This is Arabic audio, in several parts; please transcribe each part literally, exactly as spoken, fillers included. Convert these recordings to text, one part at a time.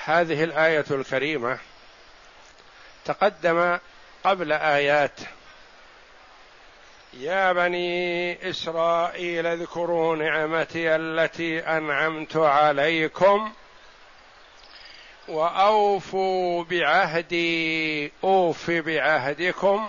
هذه الآية الكريمة تقدم قبل آيات: يا بني إسرائيل اذكروا نعمتي التي أنعمت عليكم وأوفوا بعهدي أوف بعهدكم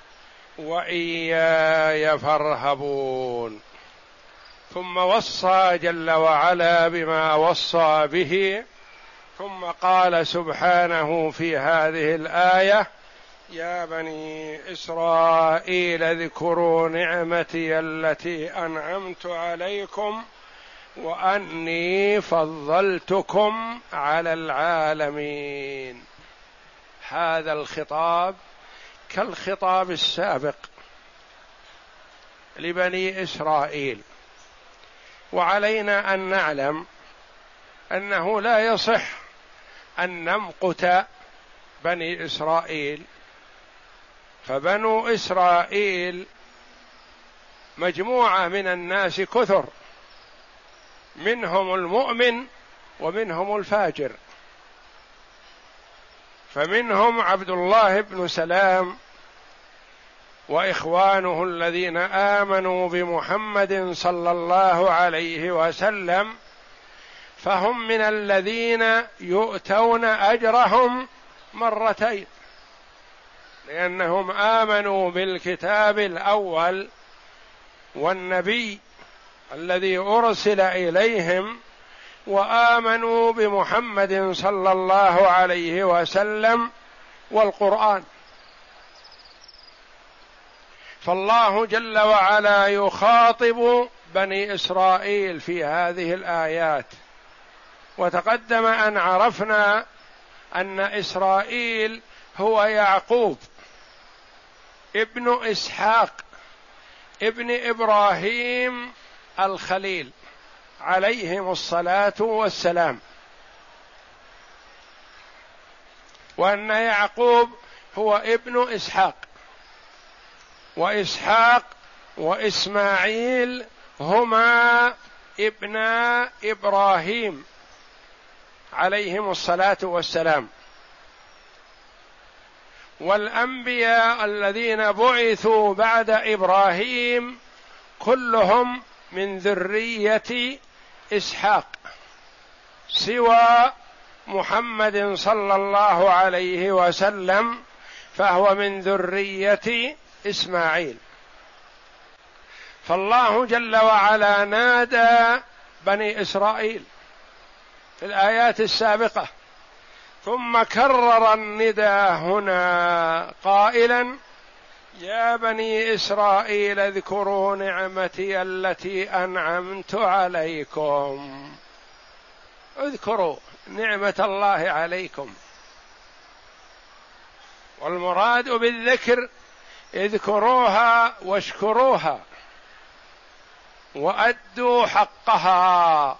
وإياي فارهبون. ثم وصى جل وعلا بما وصى به، ثم قال سبحانه في هذه الآية: يا بني إسرائيل اذكروا نعمتي التي أنعمت عليكم وأني فضلتكم على العالمين. هذا الخطاب كالخطاب السابق لبني إسرائيل، وعلينا أن نعلم أنه لا يصح أن نمقت بني إسرائيل، فبنو إسرائيل مجموعة من الناس كثر، منهم المؤمن ومنهم الفاجر، فمنهم عبد الله بن سلام وإخوانه الذين آمنوا بمحمد صلى الله عليه وسلم، فهم من الذين يؤتون أجرهم مرتين، لأنهم آمنوا بالكتاب الأول والنبي الذي أرسل إليهم، وآمنوا بمحمد صلى الله عليه وسلم والقرآن. فالله جل وعلا يخاطب بني إسرائيل في هذه الآيات، وتقدم أن عرفنا أن إسرائيل هو يعقوب ابن إسحاق ابن إبراهيم الخليل عليهم الصلاة والسلام، وأن يعقوب هو ابن إسحاق، وإسحاق وإسماعيل هما ابنا إبراهيم عليهم الصلاة والسلام. والأنبياء الذين بعثوا بعد إبراهيم كلهم من ذرية إسحاق، سوى محمد صلى الله عليه وسلم فهو من ذرية إسماعيل. فالله جل وعلا نادى بني إسرائيل في الآيات السابقة، ثم كرر النداء هنا قائلا: يا بني إسرائيل اذكروا نعمتي التي أنعمت عليكم. اذكروا نعمة الله عليكم، والمراد بالذكر اذكروها واشكروها وأدوا حقها،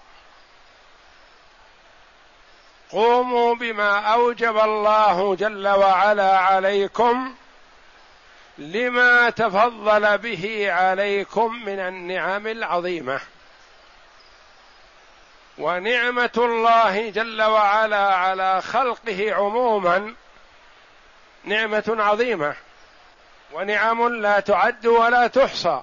قوموا بما أوجب الله جل وعلا عليكم لما تفضل به عليكم من النعم العظيمة. ونعمة الله جل وعلا على خلقه عموما نعمة عظيمة، ونعم لا تعد ولا تحصى،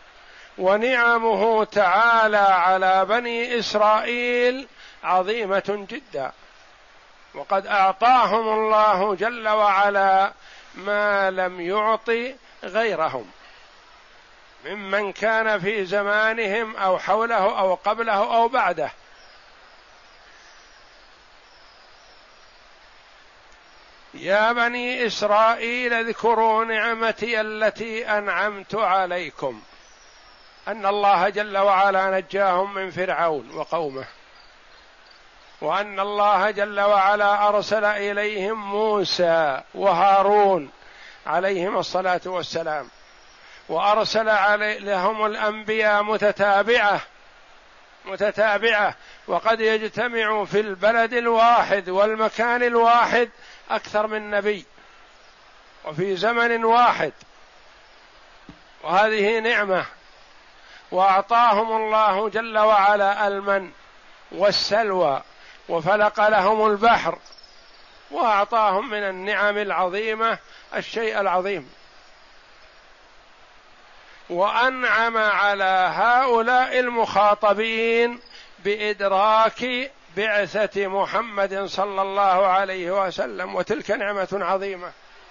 ونعمه تعالى على بني إسرائيل عظيمة جدا، وقد أعطاهم الله جل وعلا ما لم يعط غيرهم ممن كان في زمانهم أو حوله أو قبله أو بعده. يا بني إسرائيل اذكروا نعمتي التي أنعمت عليكم، أن الله جل وعلا نجاهم من فرعون وقومه، وأن الله جل وعلا أرسل إليهم موسى وهارون عليهم الصلاة والسلام، وأرسل علي لهم الأنبياء متتابعة متتابعة وقد يجتمع في البلد الواحد والمكان الواحد أكثر من نبي وفي زمن واحد، وهذه نعمة. وأعطاهم الله جل وعلا المن والسلوى وفلق لهم البحر وأعطاهم من النعم العظيمة الشيء العظيم، وأنعم على هؤلاء المخاطبين بإدراك بعثة محمد صلى الله عليه وسلم، وتلك نعمة عظيمة.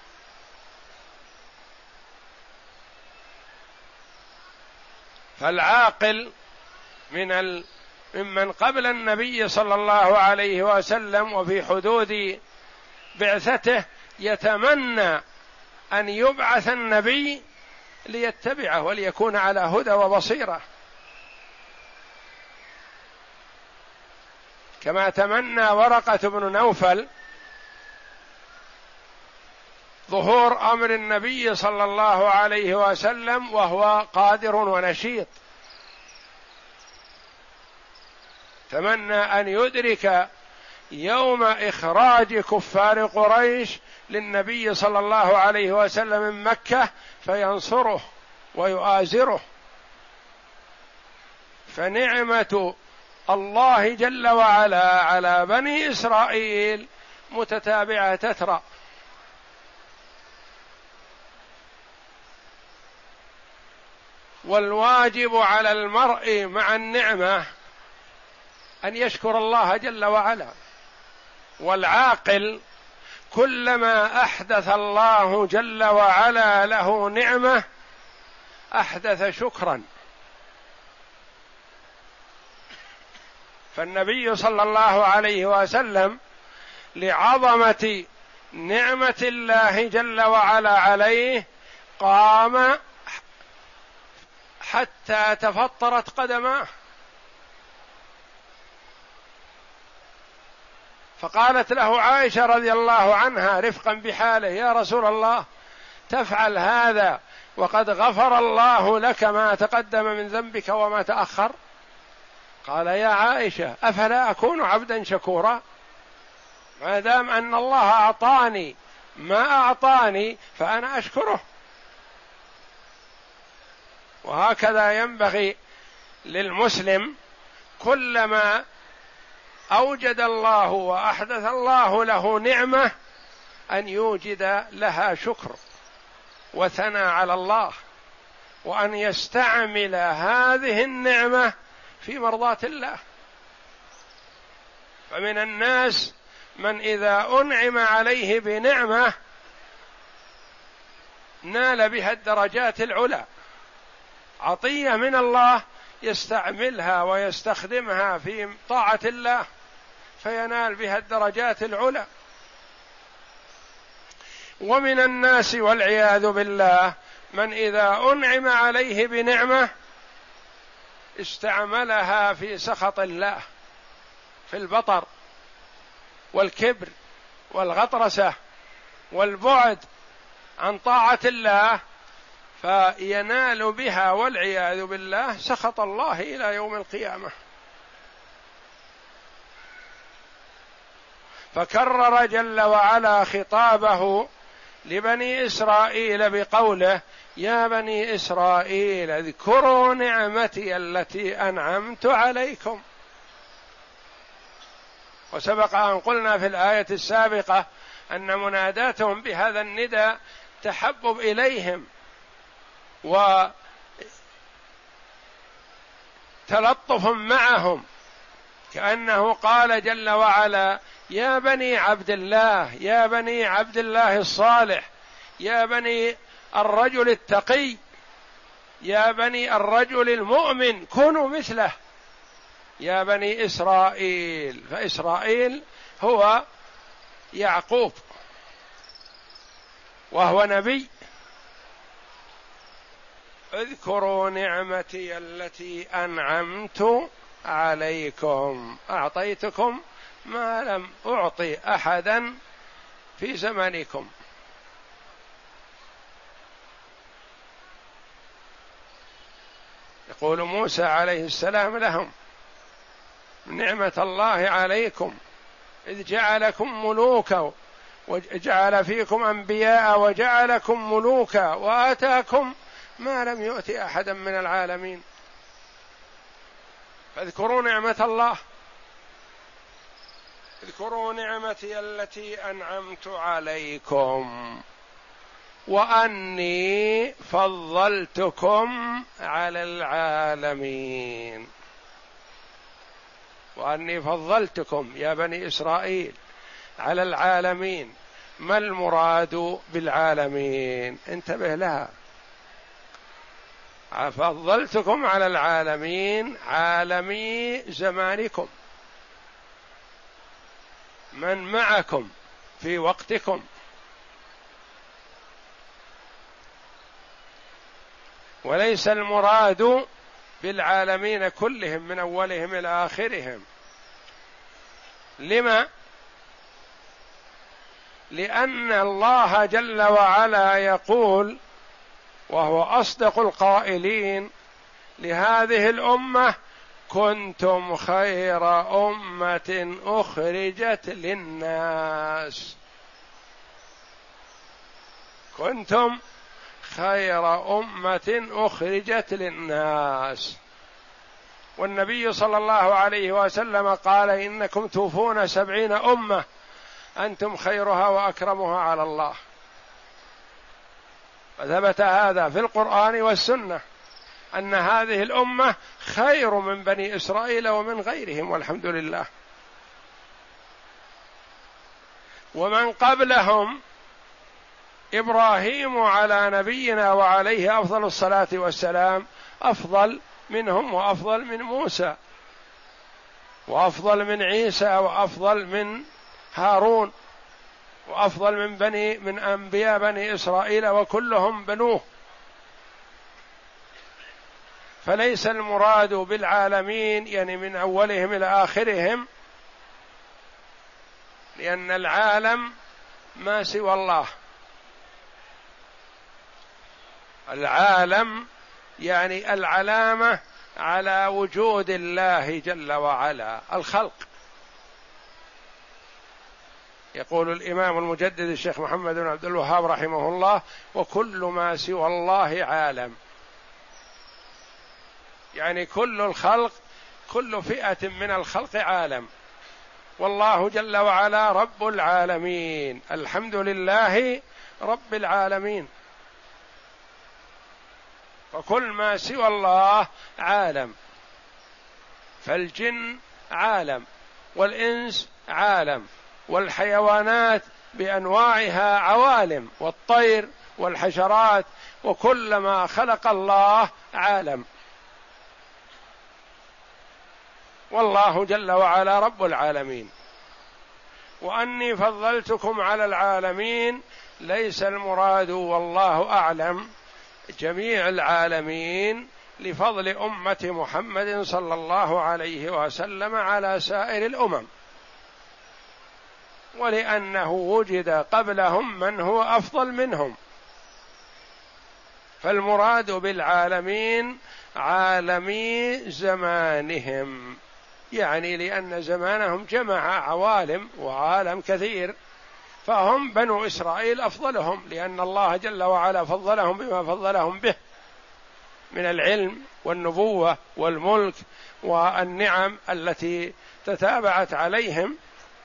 فالعاقل من ال... ممن قبل النبي صلى الله عليه وسلم وفي حدود بعثته يتمنى أن يبعث النبي ليتبعه وليكون على هدى وبصيرة، كما تمنى ورقة بن نوفل ظهور أمر النبي صلى الله عليه وسلم وهو قادر ونشيط، تمنى أن يدرك يوم إخراج كفار قريش للنبي صلى الله عليه وسلم من مكة فينصره ويؤازره. فنعمة الله جل وعلا على بني إسرائيل متتابعة تترى، والواجب على المرء مع النعمة أن يشكر الله جل وعلا. والعاقل كلما أحدث الله جل وعلا له نعمة أحدث شكرا. فالنبي صلى الله عليه وسلم لعظمة نعمة الله جل وعلا عليه قام حتى تفطرت قدماه، فقالت له عائشة رضي الله عنها رفقا بحاله: يا رسول الله تفعل هذا وقد غفر الله لك ما تقدم من ذنبك وما تأخر؟ قال: يا عائشة أفلا أكون عبدا شكورا؟ ما دام أن الله أعطاني ما أعطاني فأنا أشكره. وهكذا ينبغي للمسلم كلما أوجد الله وأحدث الله له نعمة أن يوجد لها شكر وثناء على الله، وأن يستعمل هذه النعمة في مرضاة الله. فمن الناس من إذا أنعم عليه بنعمة نال بها الدرجات العلى، عطية من الله يستعملها ويستخدمها في طاعة الله فينال بها الدرجات العلى. ومن الناس والعياذ بالله من إذا أنعم عليه بنعمة استعملها في سخط الله، في البطر والكبر والغطرسة والبعد عن طاعة الله، فينال بها والعياذ بالله سخط الله إلى يوم القيامة. فكرر جل وعلا خطابه لبني إسرائيل بقوله: يا بني إسرائيل اذكروا نعمتي التي أنعمت عليكم. وسبق أن قلنا في الآية السابقة أن مناداتهم بهذا النداء تحبب إليهم وتلطف معهم، كأنه قال جل وعلا: يا بني عبد الله، يا بني عبد الله الصالح، يا بني الرجل التقي، يا بني الرجل المؤمن كونوا مثله، يا بني إسرائيل. فإسرائيل هو يعقوب وهو نبي. اذكروا نعمتي التي أنعمت عليكم، أعطيتكم ما لم أعطي أحدا في زمانكم. يقول موسى عليه السلام لهم: نعمة الله عليكم إذ جعلكم ملوكا وجعل فيكم أنبياء وجعلكم ملوكا وآتاكم ما لم يؤت أحدا من العالمين. فاذكروا نعمة الله. اذكروا نعمتي التي أنعمت عليكم وأني فضلتكم على العالمين. وأني فضلتكم يا بني إسرائيل على العالمين. ما المراد بالعالمين؟ انتبه لها. فضلتكم على العالمين، عالمي زمانكم، من معكم في وقتكم. وليس المراد بالعالمين كلهم من أولهم إلى آخرهم. لما؟ لأن الله جل وعلا يقول، وهو أصدق القائلين لهذه الأمة: كنتم خير أمة أخرجت للناس. كنتم خير أمة أخرجت للناس. والنبي صلى الله عليه وسلم قال: إنكم توفون سبعين أمة أنتم خيرها وأكرمها على الله. فثبت هذا في القرآن والسنة أن هذه الأمة خير من بني إسرائيل ومن غيرهم، والحمد لله. ومن قبلهم إبراهيم على نبينا وعليه أفضل الصلاة والسلام أفضل منهم، وأفضل من موسى، وأفضل من عيسى، وأفضل من هارون، وأفضل من بني من أنبياء بني إسرائيل، وكلهم بنوه. فليس المراد بالعالمين يعني من أولهم إلى آخرهم، لأن العالم ما سوى الله. العالم يعني العلامة على وجود الله جل وعلا، الخلق. يقول الإمام المجدد الشيخ محمد بن عبد الوهاب رحمه الله: وكل ما سوى الله عالم. يعني كل الخلق، كل فئة من الخلق عالم، والله جل وعلا رب العالمين. الحمد لله رب العالمين. وكل ما سوى الله عالم. فالجن عالم، والإنس عالم، والحيوانات بأنواعها عوالم، والطير والحشرات، وكل ما خلق الله عالم. والله جل وعلا رب العالمين. وأني فضلتكم على العالمين ليس المراد، والله أعلم، جميع العالمين، لفضل أمة محمد صلى الله عليه وسلم على سائر الأمم، ولأنه وجد قبلهم من هو أفضل منهم. فالمراد بالعالمين عالمي زمانهم، يعني لأن زمانهم جمع عوالم وعالم كثير، فهم بنو إسرائيل أفضلهم، لأن الله جل وعلا فضلهم بما فضلهم به من العلم والنبوة والملك والنعم التي تتابعت عليهم.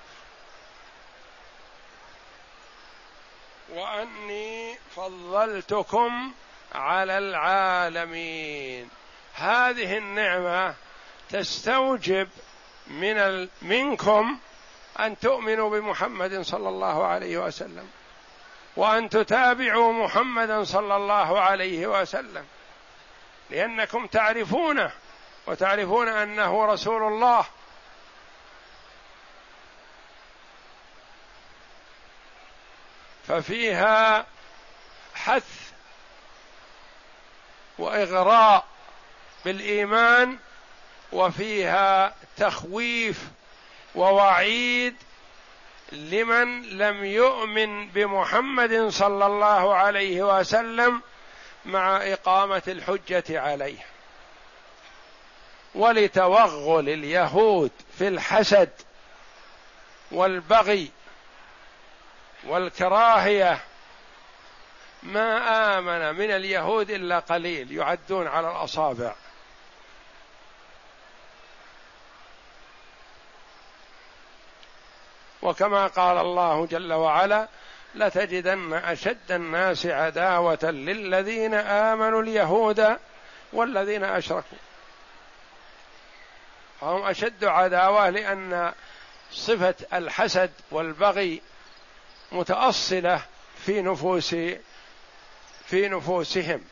وأني فضلتكم على العالمين، هذه النعمة تستوجب من ال... منكم أن تؤمنوا بمحمد صلى الله عليه وسلم، وأن تتابعوا محمدا صلى الله عليه وسلم، لأنكم تعرفونه وتعرفون أنه رسول الله. ففيها حث وإغراء بالإيمان، وفيها تخويف ووعيد لمن لم يؤمن بمحمد صلى الله عليه وسلم، مع إقامة الحجة عليه. ولتوغل اليهود في الحسد والبغي والكراهية، ما آمن من اليهود إلا قليل يعدون على الأصابع. وكما قال الله جل وعلا: لتجدن أشد الناس عداوة للذين آمنوا اليهود والذين أشركوا. هم أشد عداوة لأن صفة الحسد والبغي متأصلة في نفوس في نفوسهم.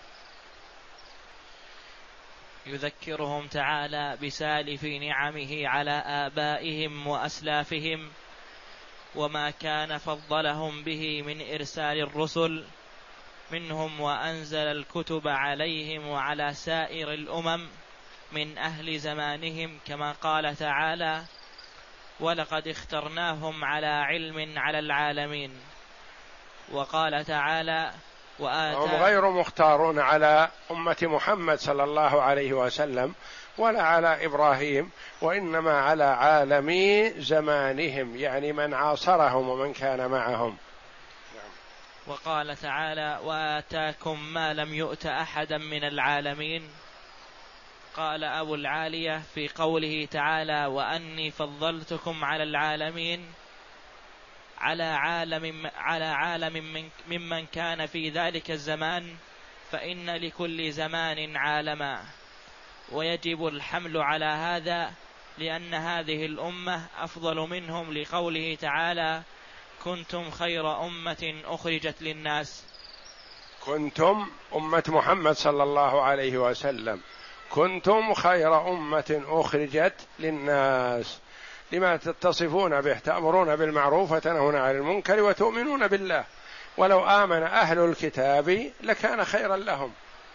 يذكرهم تعالى بسالف نعمه على آبائهم وأسلافهم وما كان فضلهم به من إرسال الرسل منهم، وأنزل الكتب عليهم وعلى سائر الأمم من أهل زمانهم، كما قال تعالى: ولقد اخترناهم على علم على العالمين. وقال تعالى: هم غير مختارون على أمة محمد صلى الله عليه وسلم ولا على إبراهيم، وإنما على عالمي زمانهم، يعني من عاصرهم ومن كان معهم. وقال تعالى: وآتاكم ما لم يؤت أحدا من العالمين. قال أبو العالية في قوله تعالى: وأني فضلتكم على العالمين، على عالم على عالم من ممن كان في ذلك الزمان، فإن لكل زمان عالما، ويجب الحمل على هذا لأن هذه الأمة أفضل منهم، لقوله تعالى: كنتم خير أمة أخرجت للناس. كنتم أمة محمد صلى الله عليه وسلم، كنتم خير أمة أخرجت للناس، لما تتصفون به، تأمرون بالمعروف وتنهون عن المنكر وتؤمنون بالله، ولو آمن أهل الكتاب لكان خيرا لهم.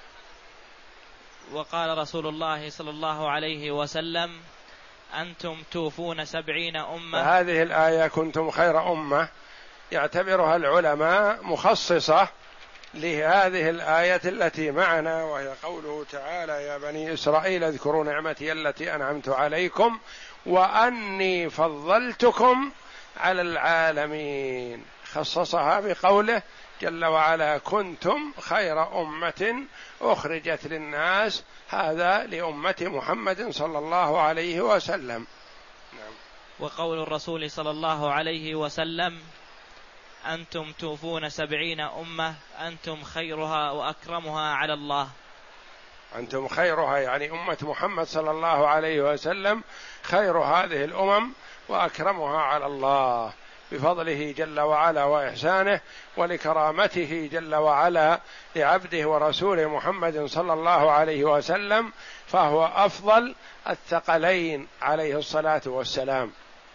وقال رسول الله صلى الله عليه وسلم: أنتم توفون سبعين أمة. فهذه الآية كنتم خير أمة يعتبرها العلماء مخصصة لهذه الآية التي معنا، وهي قوله تعالى: يا بني إسرائيل اذكروا نعمتي التي أنعمت عليكم وأني فضلتكم على العالمين. خصصها بقوله جل وعلا: كنتم خير أمة أخرجت للناس، هذا لأمة محمد صلى الله عليه وسلم. نعم. وقول الرسول صلى الله عليه وسلم: أنتم توفون سبعين أمة، أنتم خيرها وأكرمها على الله. أنتم خيرها يعني أمة محمد صلى الله عليه وسلم خير هذه الأمم وأكرمها على الله، بفضله جل وعلا وإحسانه ولكرامته جل وعلا لعبده ورسوله محمد صلى الله عليه وسلم، فهو أفضل الثقلين عليه الصلاة والسلام.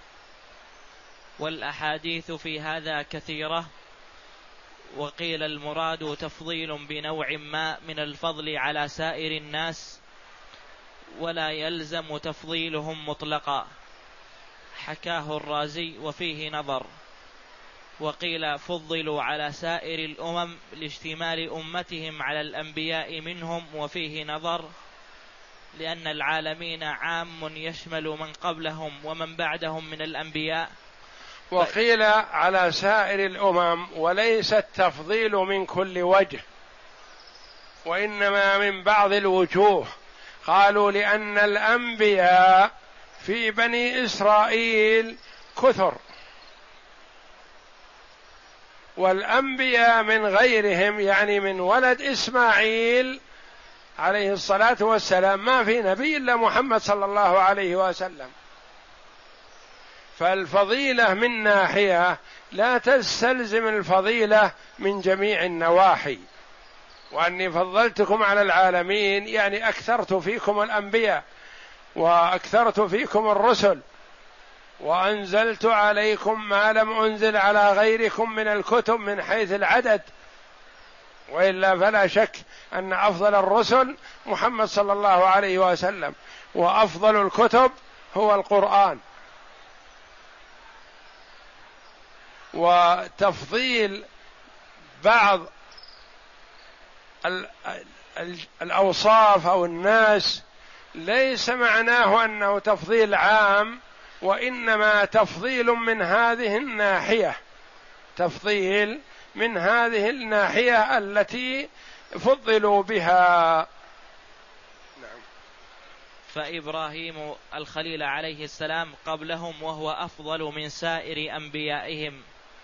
والأحاديث في هذا كثيرة، وقيل المراد تفضيل بنوع ما من الفضل على سائر الناس، ولا يلزم تفضيلهم مطلقا، حكاه الرازي وفيه نظر. وقيل فضلوا على سائر الأمم لاشتمال أمتهم على الأنبياء منهم، وفيه نظر، لأن العالمين عام يشمل من قبلهم ومن بعدهم من الأنبياء. وقيل على سائر الأمم، وليس التفضيل من كل وجه، وإنما من بعض الوجوه. قالوا لأن الأنبياء في بني إسرائيل كثر، والأنبياء من غيرهم يعني من ولد إسماعيل عليه الصلاة والسلام ما في نبي إلا محمد صلى الله عليه وسلم، فالفضيلة من ناحية لا تستلزم الفضيلة من جميع النواحي. وأني فضلتكم على العالمين يعني أكثرت فيكم الأنبياء وأكثرت فيكم الرسل وأنزلت عليكم ما لم أنزل على غيركم من الكتب من حيث العدد، وإلا فلا شك أن أفضل الرسل محمد صلى الله عليه وسلم، وأفضل الكتب هو القرآن. وتفضيل بعض الأوصاف أو الناس ليس معناه أنه تفضيل عام، وإنما تفضيل من هذه الناحية، تفضيل من هذه الناحية التي فضلوا بها. نعم. فإبراهيم الخليل عليه السلام قبلهم وهو أفضل من سائر أنبيائهم،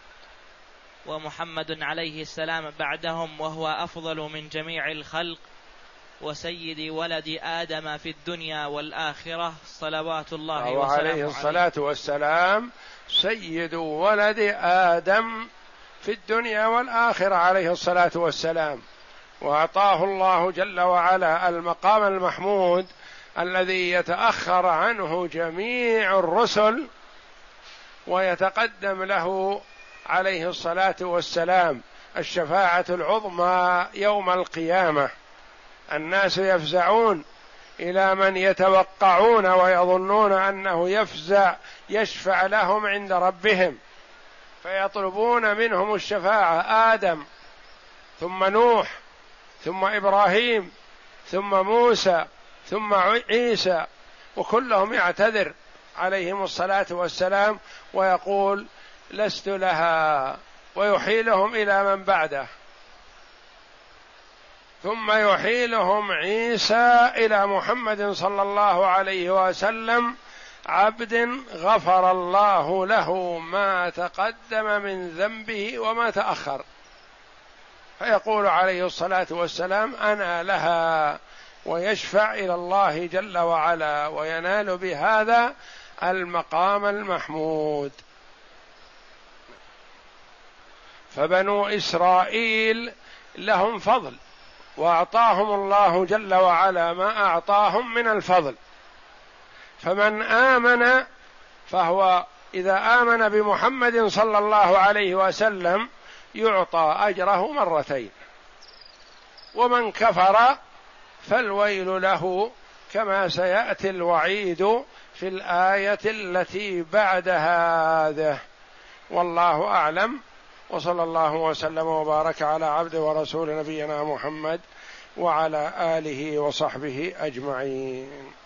ومحمد عليه السلام بعدهم وهو أفضل من جميع الخلق، وسيد ولد آدم في الدنيا والآخرة صلوات الله وسلامه عليه. عليه الصلاة والسلام سيد ولد آدم في الدنيا والآخرة عليه الصلاة والسلام، وأعطاه الله جل وعلا المقام المحمود الذي يتأخر عنه جميع الرسل ويتقدم له عليه الصلاة والسلام الشفاعة العظمى يوم القيامة. الناس يفزعون إلى من يتوقعون ويظنون أنه يفزع يشفع لهم عند ربهم، فيطلبون منهم الشفاعة، آدم ثم نوح ثم إبراهيم ثم موسى ثم عيسى، وكلهم يعتذر عليهم الصلاة والسلام ويقول لست لها، ويحيلهم إلى من بعده، ثم يحيلهم عيسى إلى محمد صلى الله عليه وسلم عبد غفر الله له ما تقدم من ذنبه وما تأخر، فيقول عليه الصلاة والسلام أنا لها، ويشفع إلى الله جل وعلا وينال بهذا المقام المحمود. فبنو إسرائيل لهم فضل، وأعطاهم الله جل وعلا ما أعطاهم من الفضل، فمن آمن فهو إذا آمن بمحمد صلى الله عليه وسلم يعطى أجره مرتين، ومن كفر فالويل له، كما سيأتي الوعيد في الآية التي بعد هذه. والله أعلم، وصلى الله وسلم وبارك على عبد ورسول نبينا محمد وعلى آله وصحبه أجمعين.